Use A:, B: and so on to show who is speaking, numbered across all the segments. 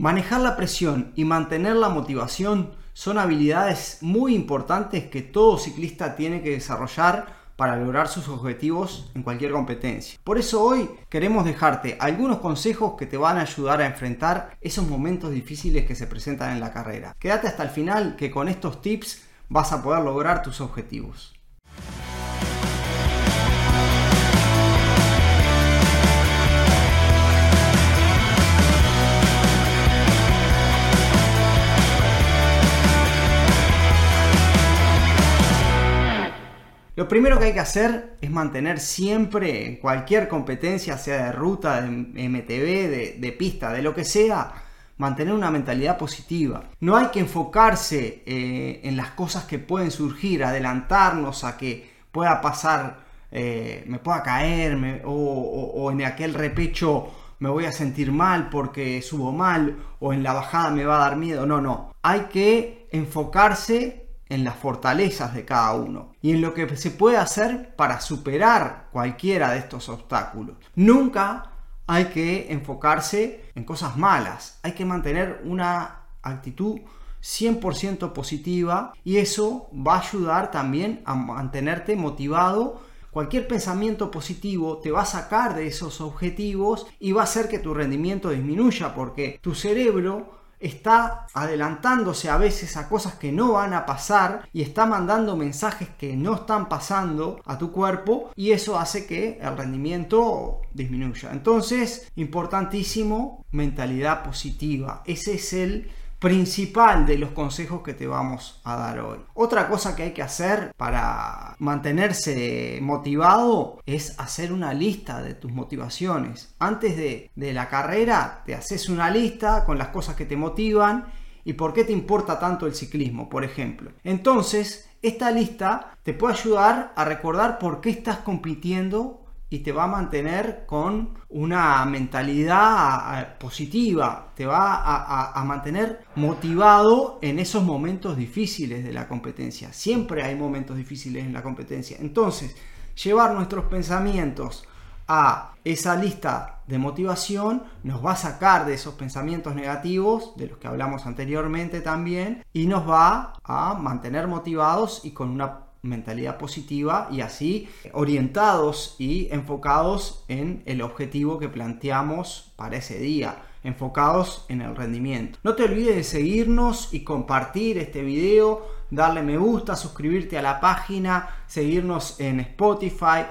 A: Manejar la presión y mantener la motivación son habilidades muy importantes que todo ciclista tiene que desarrollar para lograr sus objetivos en cualquier competencia. Por eso hoy queremos dejarte algunos consejos que te van a ayudar a enfrentar esos momentos difíciles que se presentan en la carrera. Quédate hasta el final, que con estos tips vas a poder lograr tus objetivos. Lo primero que hay que hacer es mantener siempre en cualquier competencia, sea de ruta, de MTB, de pista, de lo que sea, mantener una mentalidad positiva. No hay que enfocarse en las cosas que pueden surgir, adelantarnos a que pueda pasar, me pueda caer o en aquel repecho me voy a sentir mal porque subo mal o en la bajada me va a dar miedo. No. Hay que enfocarse en las fortalezas de cada uno y en lo que se puede hacer para superar cualquiera de estos obstáculos. Nunca hay que enfocarse en cosas malas, hay que mantener una actitud 100% positiva y eso va a ayudar también a mantenerte motivado. Cualquier pensamiento positivo te va a sacar de esos objetivos y va a hacer que tu rendimiento disminuya porque tu cerebro está adelantándose a veces a cosas que no van a pasar y está mandando mensajes que no están pasando a tu cuerpo y eso hace que el rendimiento disminuya. Entonces, importantísimo, mentalidad positiva. Ese es el principal de los consejos que te vamos a dar hoy. Otra cosa que hay que hacer para mantenerse motivado es hacer una lista de tus motivaciones. Antes de la carrera te haces una lista con las cosas que te motivan y por qué te importa tanto el ciclismo, por ejemplo. Entonces, esta lista te puede ayudar a recordar por qué estás compitiendo y te va a mantener con una mentalidad positiva, te va a mantener motivado en esos momentos difíciles de la competencia. Siempre hay momentos difíciles en la competencia. Entonces, llevar nuestros pensamientos a esa lista de motivación nos va a sacar de esos pensamientos negativos, de los que hablamos anteriormente también, y nos va a mantener motivados y con una mentalidad positiva y así orientados y enfocados en el objetivo que planteamos para ese día, enfocados en el rendimiento. No te olvides de seguirnos y compartir este video, darle me gusta, suscribirte a la página, seguirnos en Spotify.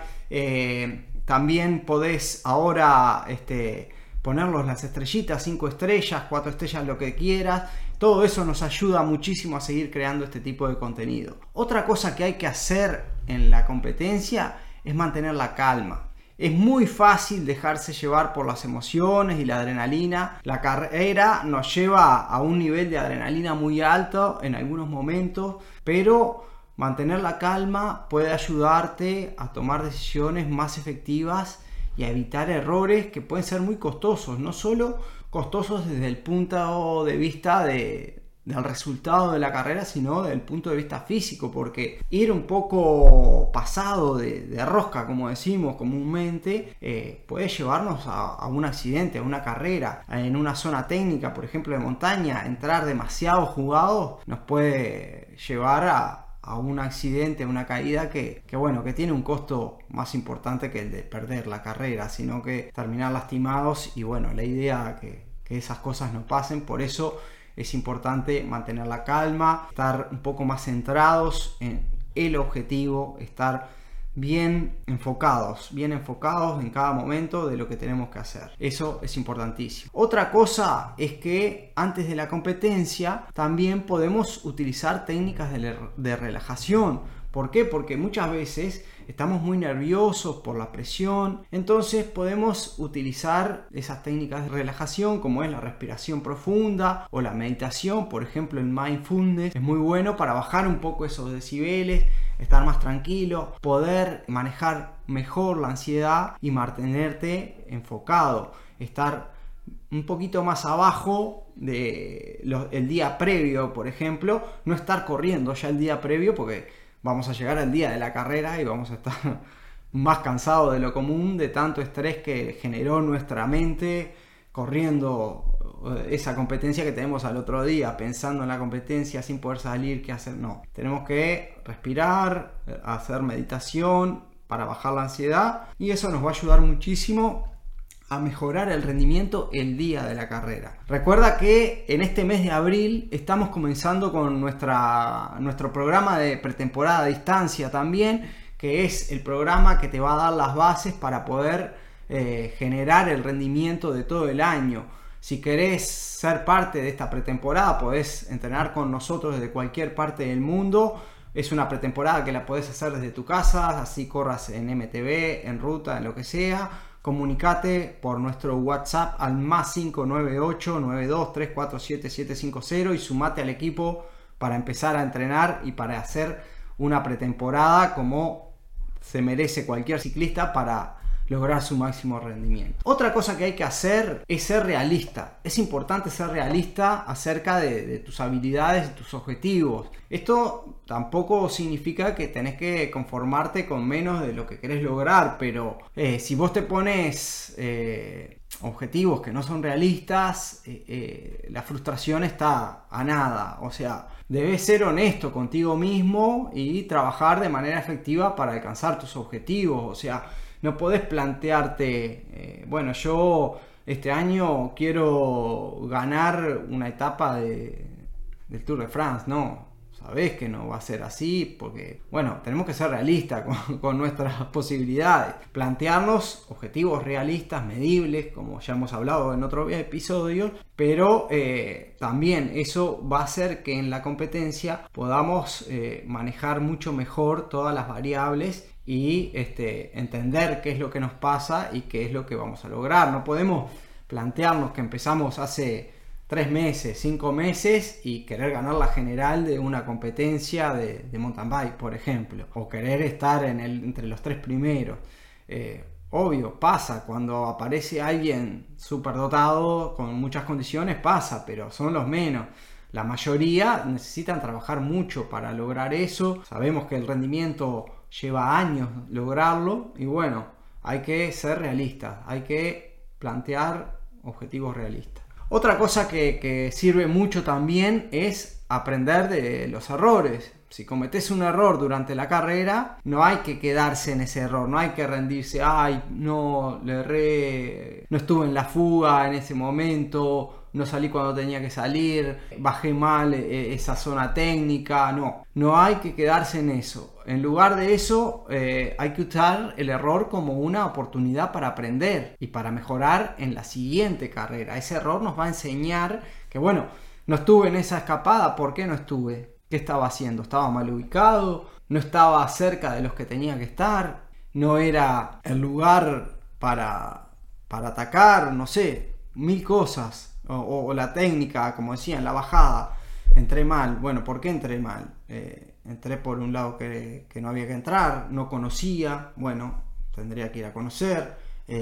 A: También podés ahora ponerlos las estrellitas, 5 estrellas, 4 estrellas, lo que quieras. Todo eso nos ayuda muchísimo a seguir creando este tipo de contenido. Otra cosa que hay que hacer en la competencia es mantener la calma. Es muy fácil dejarse llevar por las emociones y la adrenalina. La carrera nos lleva a un nivel de adrenalina muy alto en algunos momentos, pero mantener la calma puede ayudarte a tomar decisiones más efectivas y a evitar errores que pueden ser muy costosos, no solo costosos desde el punto de vista del resultado de la carrera, sino desde el punto de vista físico, porque ir un poco pasado de rosca, como decimos comúnmente, puede llevarnos a un accidente, a una carrera. En una zona técnica, por ejemplo de montaña, entrar demasiado jugado nos puede llevar a un accidente, a una caída que tiene un costo más importante que el de perder la carrera, sino que terminar lastimados y la idea que esas cosas no pasen. Por eso es importante mantener la calma, estar un poco más centrados en el objetivo, estar bien enfocados en cada momento de lo que tenemos que hacer. Eso es importantísimo. Otra cosa es que antes de la competencia también podemos utilizar técnicas de relajación. ¿Por qué? Porque muchas veces estamos muy nerviosos por la presión, entonces podemos utilizar esas técnicas de relajación como es la respiración profunda o la meditación. Por ejemplo, el mindfulness es muy bueno para bajar un poco esos decibeles, estar más tranquilo, poder manejar mejor la ansiedad y mantenerte enfocado, estar un poquito más abajo el día previo, por ejemplo, no estar corriendo ya el día previo porque vamos a llegar al día de la carrera y vamos a estar más cansados de lo común, de tanto estrés que generó nuestra mente corriendo esa competencia que tenemos al otro día, pensando en la competencia sin poder salir, qué hacer. No, tenemos que respirar, hacer meditación para bajar la ansiedad, y eso nos va a ayudar muchísimo a mejorar el rendimiento el día de la carrera. Recuerda que en este mes de abril estamos comenzando con nuestro programa de pretemporada a distancia también, que es el programa que te va a dar las bases para poder generar el rendimiento de todo el año. Si querés ser parte de esta pretemporada, podés entrenar con nosotros desde cualquier parte del mundo. Es una pretemporada que la podés hacer desde tu casa, así corras en MTB, en ruta, en lo que sea. Comunicate por nuestro WhatsApp al más 598 92 347 750 y sumate al equipo para empezar a entrenar y para hacer una pretemporada como se merece cualquier ciclista para lograr su máximo rendimiento. Otra cosa que hay que hacer es ser realista. Es importante ser realista acerca de tus habilidades y tus objetivos. Esto tampoco significa que tenés que conformarte con menos de lo que querés lograr, pero si vos te pones objetivos que no son realistas, la frustración está a nada. O sea, debes ser honesto contigo mismo y trabajar de manera efectiva para alcanzar tus objetivos. O sea, no podés plantearte, bueno, yo este año quiero ganar una etapa del Tour de France. No, sabés que no va a ser así porque, bueno, tenemos que ser realistas con nuestras posibilidades. Plantearnos objetivos realistas, medibles, como ya hemos hablado en otro episodio, pero también eso va a hacer que en la competencia podamos manejar mucho mejor todas las variables y entender qué es lo que nos pasa y qué es lo que vamos a lograr. No podemos plantearnos que empezamos hace 3 meses, 5 meses y querer ganar la general de una competencia de mountain bike, por ejemplo, o querer estar entre los 3 primeros. Obvio, pasa, cuando aparece alguien súper dotado con muchas condiciones pasa, pero son los menos. La mayoría necesitan trabajar mucho para lograr eso. Sabemos que el rendimiento lleva años lograrlo y bueno, hay que ser realistas, hay que plantear objetivos realistas. Otra cosa que sirve mucho también es aprender de los errores. Si cometés un error durante la carrera, no hay que quedarse en ese error, no hay que rendirse, ay, no, le erré, no estuve en la fuga en ese momento, no salí cuando tenía que salir, bajé mal esa zona técnica. No hay que quedarse en eso. En lugar de eso, hay que usar el error como una oportunidad para aprender y para mejorar en la siguiente carrera. Ese error nos va a enseñar que, bueno, no estuve en esa escapada. ¿Por qué no estuve? ¿Qué estaba haciendo? ¿Estaba mal ubicado? ¿No estaba cerca de los que tenía que estar? ¿No era el lugar para atacar? No sé, 1000 cosas. O la técnica, como decía, en la bajada, entré mal. Bueno, ¿por qué entré mal? Entré por un lado que no había que entrar, no conocía, bueno, tendría que ir a conocer,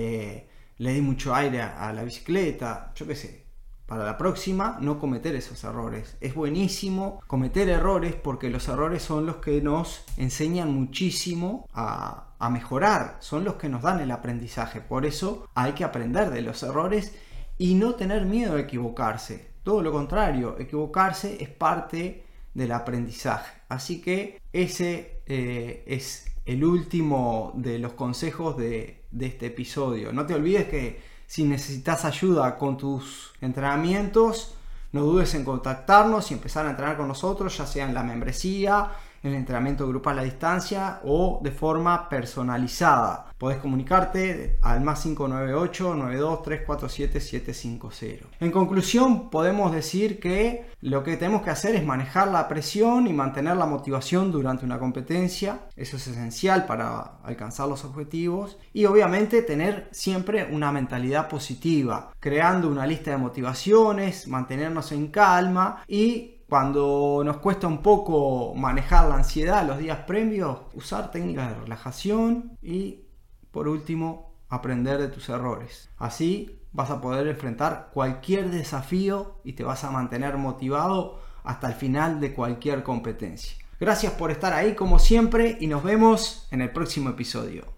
A: le di mucho aire a la bicicleta, yo qué sé. Para la próxima, no cometer esos errores. Es buenísimo cometer errores porque los errores son los que nos enseñan muchísimo a mejorar, son los que nos dan el aprendizaje. Por eso hay que aprender de los errores y no tener miedo de equivocarse. Todo lo contrario, equivocarse es parte del aprendizaje. Así que ese es el último de los consejos de este episodio. No te olvides que si necesitas ayuda con tus entrenamientos, no dudes en contactarnos y empezar a entrenar con nosotros, ya sea en la membresía, en el entrenamiento grupal a distancia o de forma personalizada. Podés comunicarte al más 598 92 347 750. En conclusión, podemos decir que lo que tenemos que hacer es manejar la presión y mantener la motivación durante una competencia. Eso es esencial para alcanzar los objetivos. Y obviamente tener siempre una mentalidad positiva, creando una lista de motivaciones, mantenernos en calma y cuando nos cuesta un poco manejar la ansiedad los días previos, usar técnicas de relajación y, por último, aprender de tus errores. Así vas a poder enfrentar cualquier desafío y te vas a mantener motivado hasta el final de cualquier competencia. Gracias por estar ahí como siempre y nos vemos en el próximo episodio.